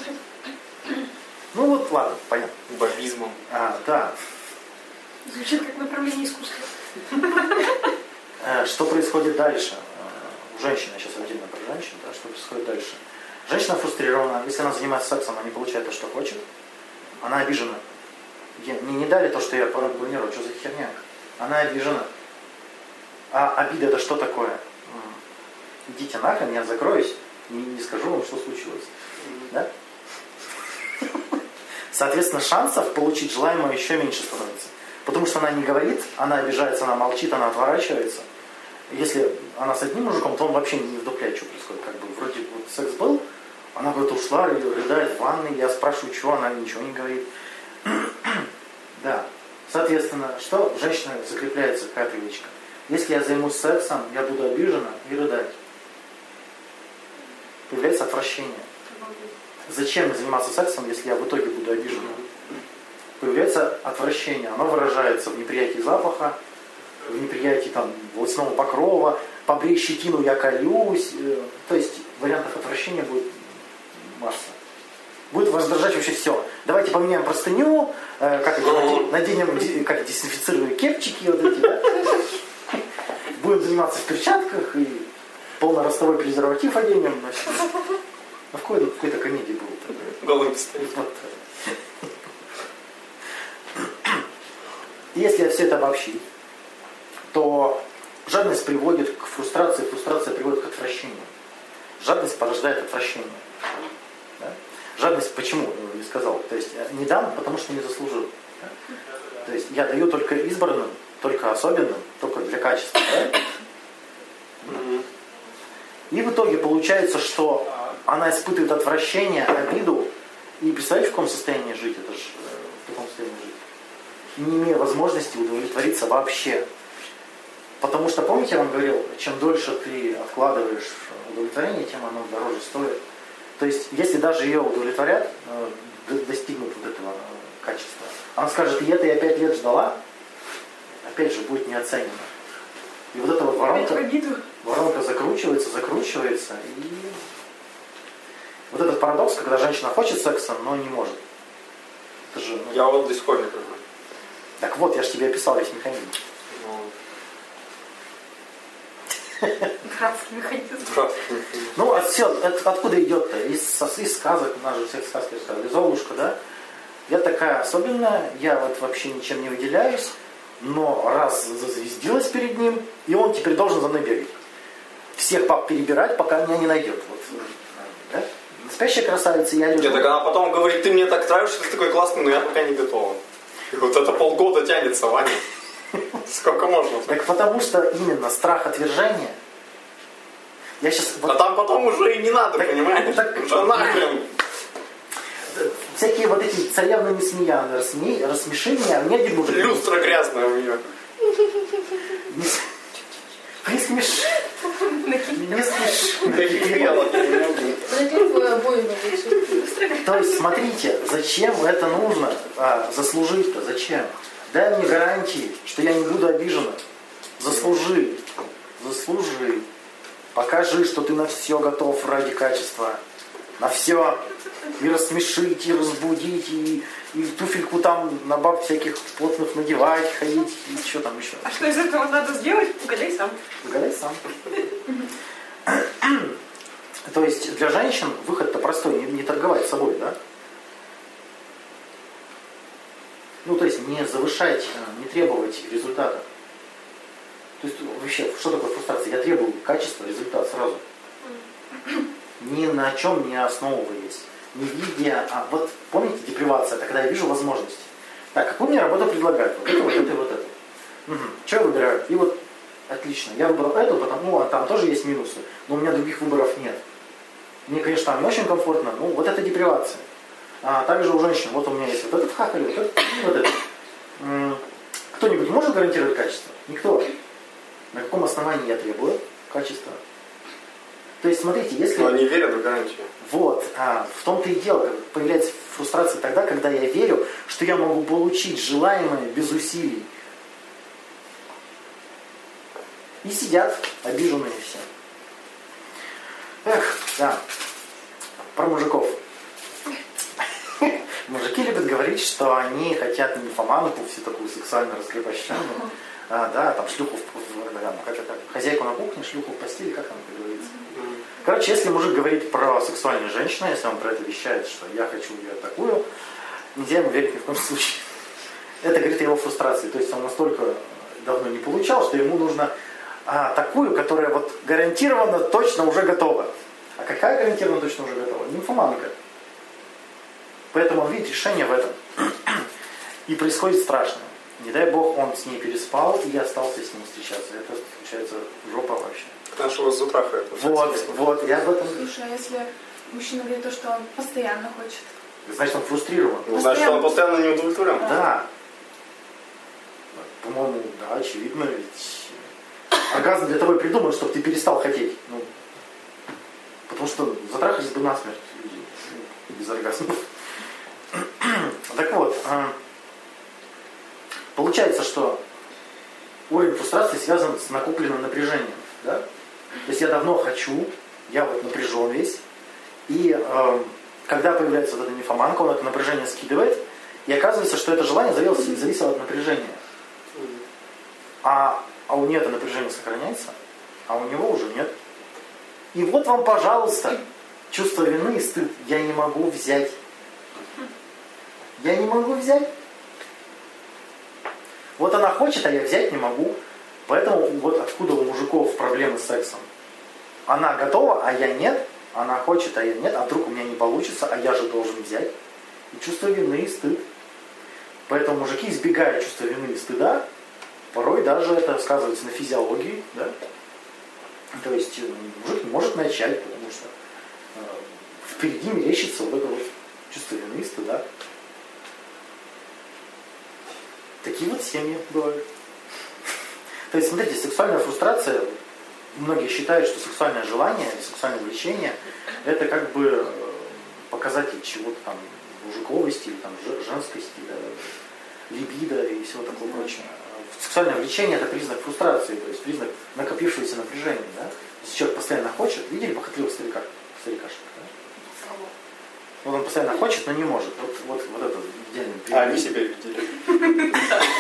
Ну вот, ладно, понятно. Бабизмом. Да. Звучит как направление искусства. Что происходит дальше? У женщины, я сейчас отдельно про женщин, да, что происходит дальше? Женщина фрустрирована, если она занимается сексом, она не получает то, что хочет, она обижена. Мне не дали то, что я планировал, что за херня? Она обижена. А обида это что такое? Идите нахрен, я закроюсь, не скажу вам, что случилось. Да? Соответственно, шансов получить желаемое еще меньше становится. Потому что она не говорит, она обижается, она молчит, она отворачивается. Если она с одним мужиком, то он вообще не вдупляет, что происходит. Как бы вроде вот секс был, она куда-то ушла, рыдает в ванной, я спрашиваю, чего, она ничего не говорит. Да. Соответственно, что женщина закрепляется, какая привычка? Если я займусь сексом, я буду обижена и рыдать. Появляется отвращение. Зачем мне заниматься сексом, если я в итоге буду обижена? Появляется отвращение. Оно выражается в неприятии запаха, в неприятии там, волосяного покрова, побрей щетину, я колюсь. То есть вариантов отвращения будет масса. Будет раздражать вообще все. Давайте поменяем простыню, наденем как дезинфицируемые кепчики вот эти, да? Будем заниматься в перчатках и полноростовой презерватив оденем. В какой-то комедии был. Голый пистолет. Если я все это обобщить, то жадность приводит к фрустрации, фрустрация приводит к отвращению. Жадность порождает отвращение. Да? Жадность почему? Не сказал. То есть не дам, потому что не заслужил. Да? То есть я даю только избранным, только особенным, только для качества. Да? И в итоге получается, что она испытывает отвращение, обиду. И представляете, в каком состоянии жить? Это же в таком состоянии жить. Не имея возможности удовлетвориться вообще. Потому что, помните, я вам говорил, чем дольше ты откладываешь удовлетворение, тем оно дороже стоит. То есть, если даже ее удовлетворят, достигнут вот этого качества, она скажет, и это я 5 лет ждала, опять же, будет неоценено. И вот эта вот воронка закручивается, и вот этот парадокс, когда женщина хочет секса, но не может. Это же, Я вот до сих пор не понимаю. Так вот, я же тебе описал весь механизм. Дурацкий механизм. Ну, откуда идет-то? Из сказок, у нас же всех сказки рассказывали. Золушка, да? Я такая особенная, я вот вообще ничем не выделяюсь, но раз зазвездилась перед ним, и он теперь должен за мной бегать. Всех пап перебирать, пока меня не найдет. Вот. Да? Спящая красавица, я люблю. Нет, так она потом говорит, ты мне так нравишься, ты такой классный, но я пока не готова. И вот это полгода тянется, Ваня. Сколько можно? Так потому что именно страх отвержения. Я сейчас, А там потом уже и не надо, понимаешь? Уже нахрен. Всякие вот эти царевны несмеяны, рассмеши меня, мне один мужик. Люстра грязная у нее. Не смеши. Не смеши. То есть, смотрите, зачем это нужно заслужить-то? Зачем? Дай мне гарантии, что я не буду обижена. Заслужи. Покажи, что ты на все готов ради качества. На все. И рассмешить, и разбудить, и туфельку там на баб всяких плотных надевать, ходить, и что там еще. А что из этого надо сделать? Угадай сам. Угадай сам. То есть для женщин выход-то простой, не торговать собой, да? Ну, то есть не завышать, не требовать результата. То есть вообще, что такое фрустрация? Я требую качества, результат сразу. Ни на чем не основываясь. Не видя, вот помните, депривация, это когда я вижу возможности. Так, какую мне работу предлагают? Вот это, вот это и вот это. Угу. Что я выбираю? И вот, отлично, я выбрал эту, потому там тоже есть минусы, но у меня других выборов нет. Мне, конечно, там не очень комфортно, но вот это депривация. А также у женщин, вот у меня есть вот этот хахаль, вот этот, и вот этот. Кто-нибудь может гарантировать качество? Никто. На каком основании я требую качества? То есть, смотрите, если... Но они верят в гарантию. Вот, в том-то и дело, появляется фрустрация тогда, когда я верю, что я могу получить желаемое без усилий. И сидят обиженные все. Эх, да. Про мужиков. Мужики любят говорить, что они хотят нимфоманку, всю такую сексуально раскрепощенную. да, там шлюху хозяйку на кухне, шлюху в постели, как там говорится. Короче, если мужик говорит про сексуальную женщину, если он про это вещает, что я хочу ее такую, нельзя ему верить ни в коем случае. Это говорит о его фрустрации. То есть он настолько давно не получал, что ему нужно такую, которая вот гарантированно точно уже готова. А какая гарантированно точно уже готова? Нимфоманка. Поэтому он видит решение в этом. И происходит страшное. Не дай бог, он с ней переспал, и я остался с ним встречаться. Это случается жопа вообще. Нашего затрахает. Вот, я об этом... Слушай, а если мужчина говорит то, что он постоянно хочет? Значит, он фрустрирован. Ну, значит, он постоянно не удовлетворен. Да. По-моему, да, очевидно, ведь оргазм для того и придуман, чтобы ты перестал хотеть. Ну, потому что затрахались бы насмерть люди без оргазмов. Так вот, получается, что уровень фрустрации связан с накопленным напряжением. Да? То есть я давно хочу, я вот напряжен весь, и когда появляется вот эта нимфоманка, он это напряжение скидывает, и оказывается, что это желание зависело от напряжения. А у нее это напряжение сохраняется, а у него уже нет. И вот вам, пожалуйста, чувство вины и стыд. Я не могу взять. Я не могу взять. Вот она хочет, а я взять не могу. Поэтому вот откуда у мужиков проблемы с сексом. Она готова, а я нет. Она хочет, а я нет. А вдруг у меня не получится, а я же должен взять. И чувство вины и стыд. Поэтому мужики избегают чувства вины и стыда. Порой даже это сказывается на физиологии. Да? То есть мужик не может начать, потому что впереди мерещится вот это вот чувство вины и стыда. Такие вот семьи бывают. То есть, смотрите, сексуальная фрустрация, многие считают, что сексуальное желание, сексуальное влечение, это как бы показатель чего-то там мужиковости или там женскости, да, либидо и всего такого прочего. Сексуальное влечение это признак фрустрации, то есть признак накопившегося напряжения. Да? Если человек постоянно хочет, видели похотливого старикашек, да? Вот он постоянно хочет, но не может. Вот это идеальный пример. А они себя видели.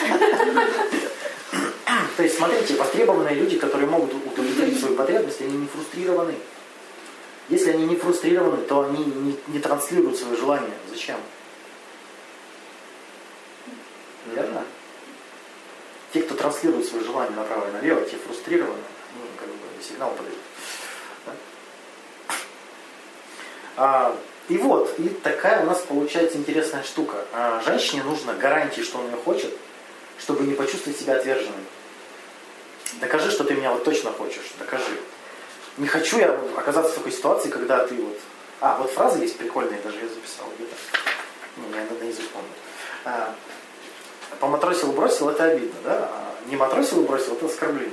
То есть, смотрите, востребованные люди, которые могут удовлетворить свою потребность, они не фрустрированы. Если они не фрустрированы, то они не транслируют свое желание. Зачем? Верно? Те, кто транслирует свое желание направо и налево, те фрустрированы, как бы сигнал подают. Да? И такая у нас получается интересная штука. Женщине нужно гарантии, что он ее хочет, чтобы не почувствовать себя отверженным. Докажи, что ты меня вот точно хочешь. Докажи. Не хочу я оказаться в такой ситуации, когда ты вот... вот фраза есть прикольная, даже я записал где-то. Я наизусть помню. Поматросил, бросил, это обидно, да? А не матросил, бросил, это оскорбление.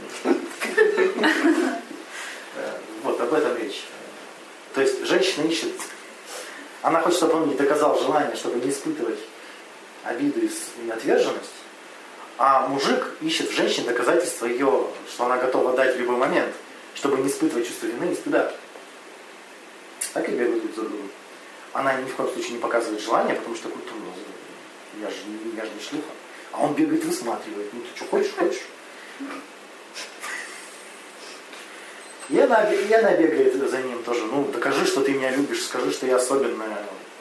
Вот, об этом речь. То есть женщина ищет... Она хочет, чтобы он ей доказал желание, чтобы не испытывать обиду и отверженность. А мужик ищет в женщине доказательства ее, что она готова дать в любой момент, чтобы не испытывать чувство вины и стыда. Так и бегают друг за другом. Она ни в коем случае не показывает желание, потому что культурно. Я же не шлюха. А он бегает, высматривает. Ну ты что, хочешь? И она бегает за ним тоже. Ну, докажи, что ты меня любишь, скажи, что я особенная.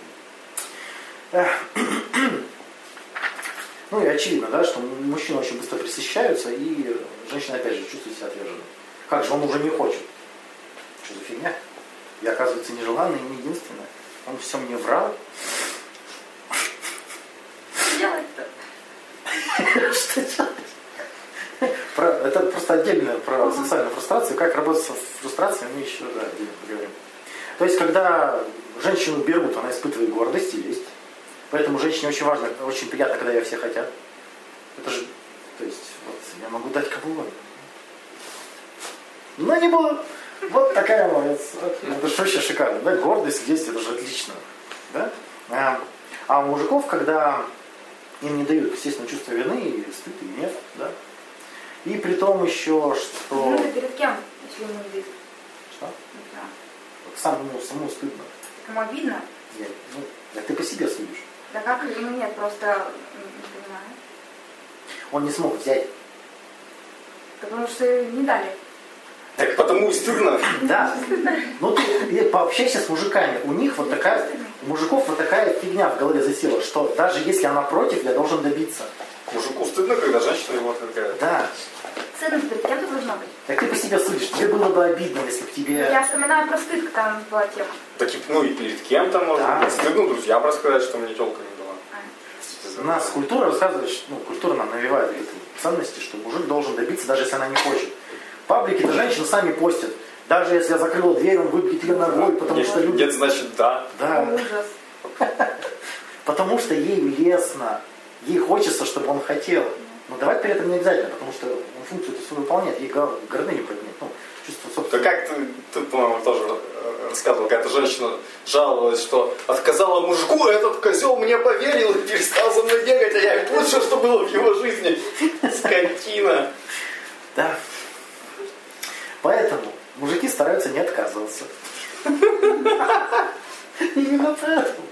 Ну и очевидно, да, что мужчины очень быстро пресыщаются, и женщина опять же чувствует себя отверженной. Как же, он уже не хочет. Что за фигня? Я, оказывается, нежеланная и не единственная. Он все мне врал. Что делать-то? Что делать? Это просто отдельно про сексуальную фрустрацию. Как работать с фрустрацией, мы еще отдельно поговорим. То есть, когда женщину берут, она испытывает гордость и лесть. Поэтому женщине очень важно, очень приятно, когда ее все хотят. Это же, то есть, вот я могу дать кому угодно. Но не буду. Вот такая молодец. Это же вообще шикарно. Да? Гордость есть, это же отлично. Да? А у мужиков, когда им не дают, естественно, чувство вины, и стыд, и гнев, да? И при том еще, что... Ну, это перед кем, если ему не дают? Что? Да. Самому стыдно. Кому обидно? Ты по себе судишь. Да как ему нет, просто не понимаю. Он не смог взять. потому что не дали. Так потому и стыдно. Да. Ну ты пообщайся с мужиками. У них вот такая, у мужиков вот такая фигня в голове засела, что даже если она против, я должен добиться. Мужику стыдно, когда женщина его отвергает. Да. Ценность перед кем-то должна быть. Так ты по себе судишь, тебе было бы обидно, если бы тебе... Я вспоминаю про стыд, когда у нас была тема. Так и, ну и перед кем-то можно. Да. Стыдно друзьям рассказать, что мне тёлка не была. У нас культура рассказывает, ну, культура нам навевает эти ценности, что мужик должен добиться, даже если она не хочет. В паблике-то женщины сами постят. Даже если я закрыла дверь, он выбьет ее ногой, потому что любит. Нет, значит, да. Да. Ужас. Потому что ей лестно, ей хочется, чтобы он хотел. Но давать при этом не обязательно, потому что он функцию свою выполняет, ей гордыню поднять, ну, чувство Да собственного. как ты, по-моему, тоже рассказывал, какая-то женщина жаловалась, что отказала мужику, а этот козел мне поверил и перестал за мной бегать, а я ведь лучше, что было в его жизни. Скотина. Да. Поэтому мужики стараются не отказываться. Именно поэтому.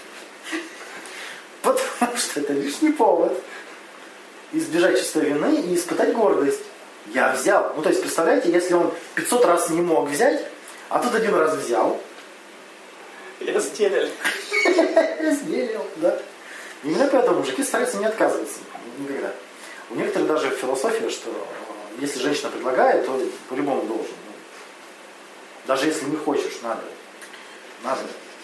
Потому что это лишний повод избежать чувства вины и испытать гордость. Я взял. Ну, то есть, представляете, если он 500 раз не мог взять, а тут один раз взял. Я сделал. Сделал, да. Именно поэтому мужики стараются не отказываться. Никогда. У некоторых даже философия, что если женщина предлагает, то по-любому должен. Даже если не хочешь, надо. Надо.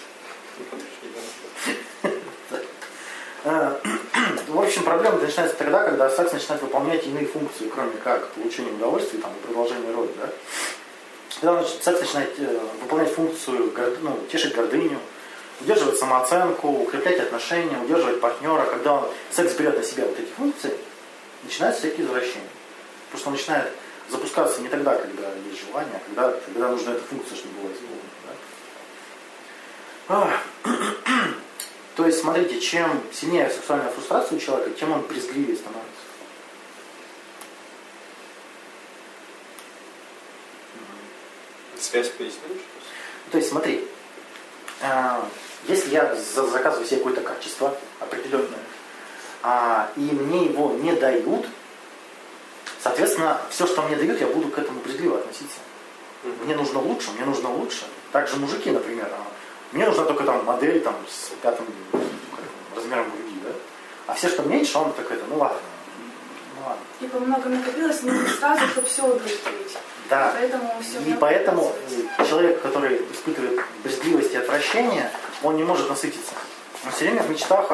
В общем, проблема начинается тогда, когда секс начинает выполнять иные функции, кроме как получения удовольствия там, и продолжения рода. Да? Когда секс начинает выполнять функцию, ну, тешить гордыню, удерживать самооценку, укреплять отношения, удерживать партнера, когда секс берет на себя вот эти функции, начинаются всякие извращения. Потому что он начинает запускаться не тогда, когда есть желание, а когда нужна эта функция, чтобы была исполнена. Да? То есть, смотрите, чем сильнее сексуальная фрустрация у человека, тем он брезгливее становится. Связь пояснишь? То есть, смотри, если я заказываю себе какое-то качество определенное, и мне его не дают, соответственно, все, что мне дают, я буду к этому брезгливо относиться. Мне нужно лучше, мне нужно лучше. Также мужики, например, мне нужна только там модель там, с 5 размером груди, да? А все, что меньше, он так это, ну ладно. Типа много накопилось, не сразу, чтобы все удовлетворить. Да. Поэтому все И поэтому человек, который испытывает брезгливость и отвращение, он не может насытиться. Он все время в мечтах,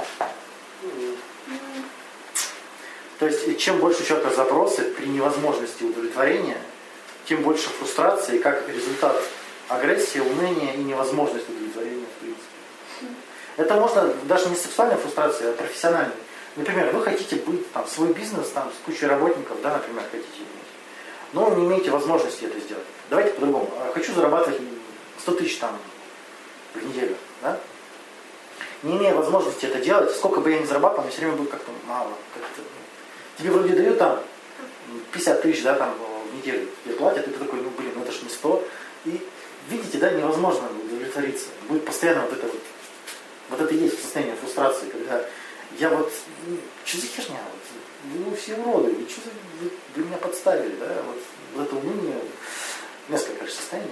То есть, чем больше у человека запросы при невозможности удовлетворения, тем больше фрустрации, как результат агрессия, уныние и невозможность удовлетворения в принципе. Это можно даже не сексуальная фрустрация, а профессиональная. Например, вы хотите быть там свой бизнес там, с кучей работников, да, например, хотите иметь, но не имеете возможности это сделать. Давайте по-другому. Хочу зарабатывать 100 тысяч там в неделю, да? Не имея возможности это делать, сколько бы я ни зарабатывал, мне все время будет как-то мало. Тебе вроде дают там 50 тысяч, да, там в неделю тебе платят, и ты такой, ну блин, это ж не 100. И видите, да, невозможно удовлетвориться. Будет постоянно вот это и есть состояние фрустрации, когда я что за херня? Вы все уроды, вы меня подставили, да? Вот это уныние, несколько, конечно, состояний.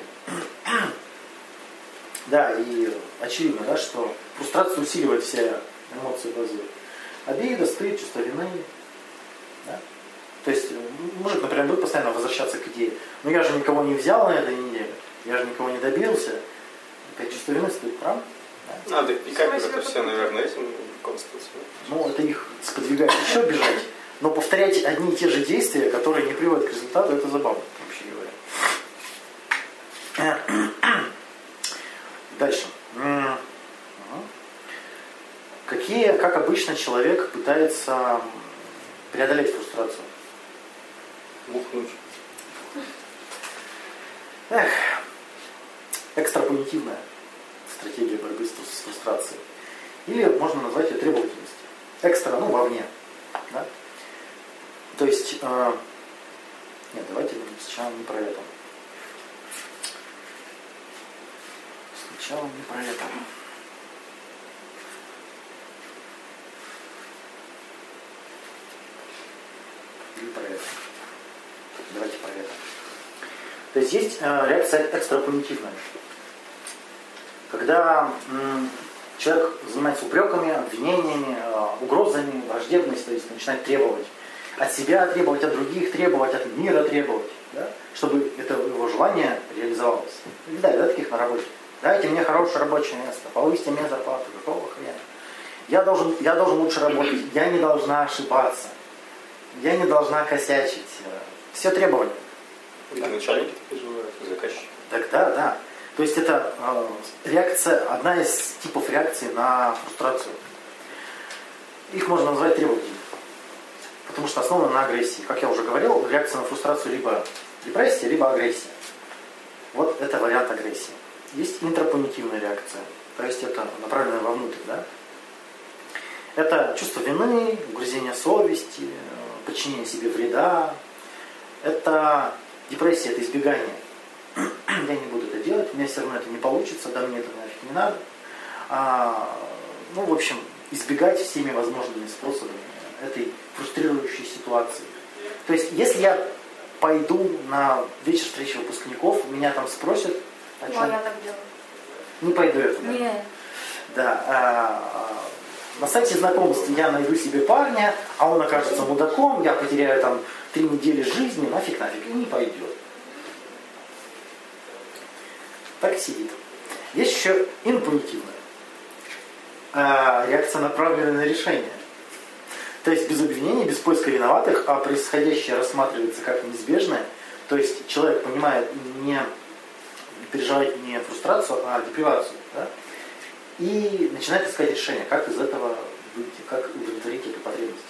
Да, и очевидно, да, что фрустрация усиливает все эмоции базы. Обида, стыд, чувство вины. Да? То есть мужик, например, будет постоянно возвращаться к идее. Ну я же никого не взял на этой неделе, я же никого не добился. Опять чувство вины, стыд, правда? Да? Надо и как это все, наверное, этим конституцией. Ну, это их сподвигает еще бежать. Но повторять одни и те же действия, которые не приводят к результату, это забавно, вообще говоря. Дальше. Как обычно человек пытается преодолеть фрустрацию? Бухнуть. Экстрапунитивная стратегия борьбы с фрустрацией. Или можно назвать ее требовательностью. Экстра, вовне. Да? То есть, нет, давайте сначала не про это. Сначала не про это. Или про это. То есть есть реакция экстрапунитивная. Когда человек занимается упреками, обвинениями, угрозами, враждебностью, то есть начинает требовать от себя, требовать от других, требовать от мира, требовать, да, чтобы это его желание реализовалось. Видали, да, таких на работе? Дайте мне хорошее рабочее место, повысьте мне зарплату, какого хрена? Я должен лучше работать, я не должна ошибаться, я не должна косячить. Все требования. И начальники переживают, и заказчики. Тогда, да. То есть это реакция, одна из типов реакции на фрустрацию. Их можно назвать требовательными. Потому что основана на агрессии. Как я уже говорил, реакция на фрустрацию либо депрессия, либо агрессия. Вот это вариант агрессии. Есть интрапунитивная реакция. То есть это направленная вовнутрь, да? Это чувство вины, угрызение совести, подчинение себе вреда. Это депрессия, это избегание. Я не буду это делать, у меня все равно это не получится, да мне это нафиг не надо. В общем, избегать всеми возможными способами этой фрустрирующей ситуации. То есть, если я пойду на вечер встречи выпускников, меня там спросят, о чем? Я так делаю. Не пойду я туда. Нет. Да. На сайте знакомств я найду себе парня, а он окажется мудаком, я потеряю там 3 недели жизни, нафиг, и не пойдет. Так сидит. Есть еще инпунитивная реакция, направленная на решение. То есть без обвинений, без поиска виноватых, а происходящее рассматривается как неизбежное. То есть человек понимает, не переживает не фрустрацию, а депривацию. Да? И начинает искать решение, как из этого выйти, как удовлетворить эту потребность.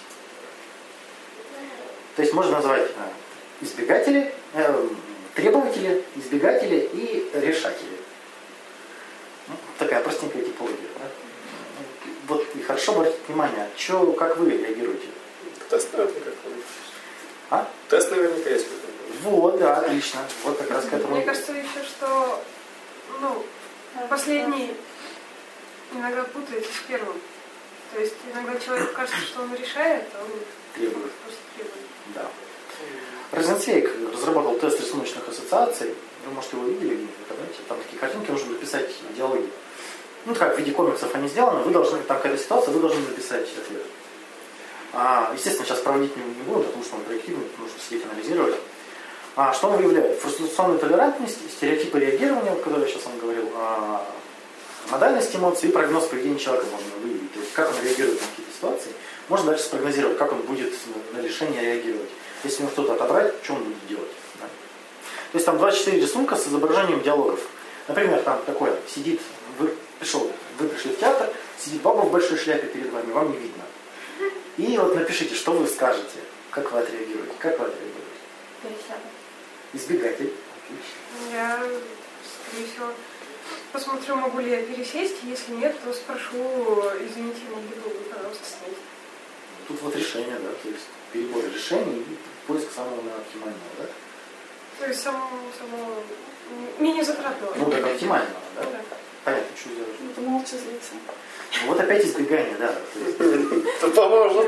То есть можно назвать избегатели, требователи, избегатели и решатели. Такая простенькая типология. Да? Вот и хорошо обратите внимание, как вы реагируете? Тест наверняка. Тест наверняка есть. Вот, да, отлично. Вот как раз к этому. Мне кажется еще, что последний иногда путается с первым. То есть иногда человеку кажется, что он решает, а он требует. просто требует. Да. Розенцвейг разработал тест рисуночных ассоциаций. Вы, может, его видели в интернете. Там такие картинки, нужно написать диалоги. Как в виде комиксов они сделаны, вы должны, там какая-то ситуация, вы должны написать ответ. Естественно, сейчас проводить не будем, потому что он проективный, нужно сидеть анализировать. Что он выявляет? Фрустрационную толерантность, стереотипы реагирования, о которых я сейчас вам говорил, модальность эмоций и прогноз поведения человека можно выявить. То есть, как он реагирует на какие-то ситуации, можно дальше спрогнозировать, как он будет на решение реагировать. Если ему что-то отобрать, что он будет делать. Да? То есть там 24 рисунка с изображением диалогов. Например, там такое, сидит, вы пришли в театр, сидит баба в большой шляпе перед вами, вам не видно. И вот напишите, что вы скажете, как вы отреагируете, Пересяду. Избегатель. Я, скорее всего, посмотрю, могу ли я пересесть. Если нет, то спрошу, извините, могли бы вы, пожалуйста, снять. Тут вот решение, да, то есть перебор решений и поиск самого оптимального, да? То есть само менее затратного. Так оптимального, да? Да. Понятно, что делать. Это молча злиться. Вот опять избегание, да. Это поможет.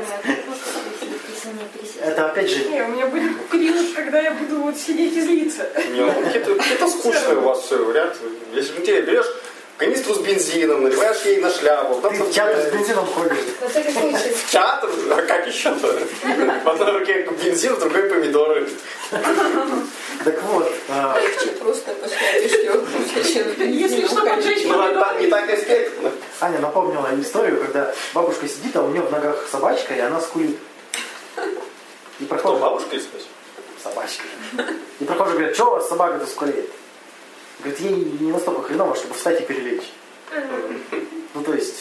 Это опять же... Не, у меня будет период, когда я буду вот сидеть и злиться. Какие-то скучные у вас все варианты. Если ты берешь канистру с бензином, наливаешь ей на шляпу. Ты в театр с бензином ходишь. В театр? А как еще-то? В одной руке бензин, в другой помидоры. Так вот. Легче просто по шляпе. Если что, поджечь Не так эффектно. Аня напомнила историю, когда бабушка сидит, а у нее в ногах собачка, и она скулит. И Кто, прохожий... бабушка здесь? Собачка. И прохожий говорит, что у вас собака-то скулит? Говорит, ей не настолько хреново, чтобы встать и перелечь. То есть...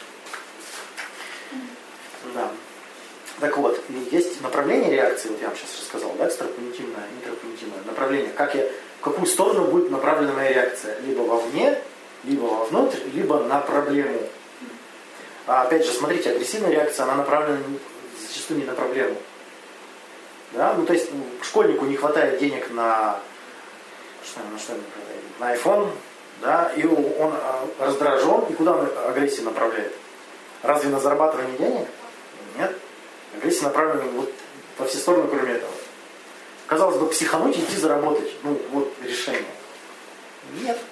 Да. Так вот, есть направление реакции, вот я вам сейчас рассказал, да, экстрапунитивное, интрапунитивное направление. В какую сторону будет направлена моя реакция? Либо вовне, либо вовнутрь, либо на проблему. Опять же, смотрите, агрессивная реакция, она направлена зачастую не на проблему. Да? То есть школьнику не хватает денег на iPhone, да, и он раздражен, и куда он агрессию направляет? Разве на зарабатывание денег? Нет. Агрессия направлена вот во все стороны, кроме этого. Казалось бы, психануть и идти заработать. Ну, вот решение. Нет.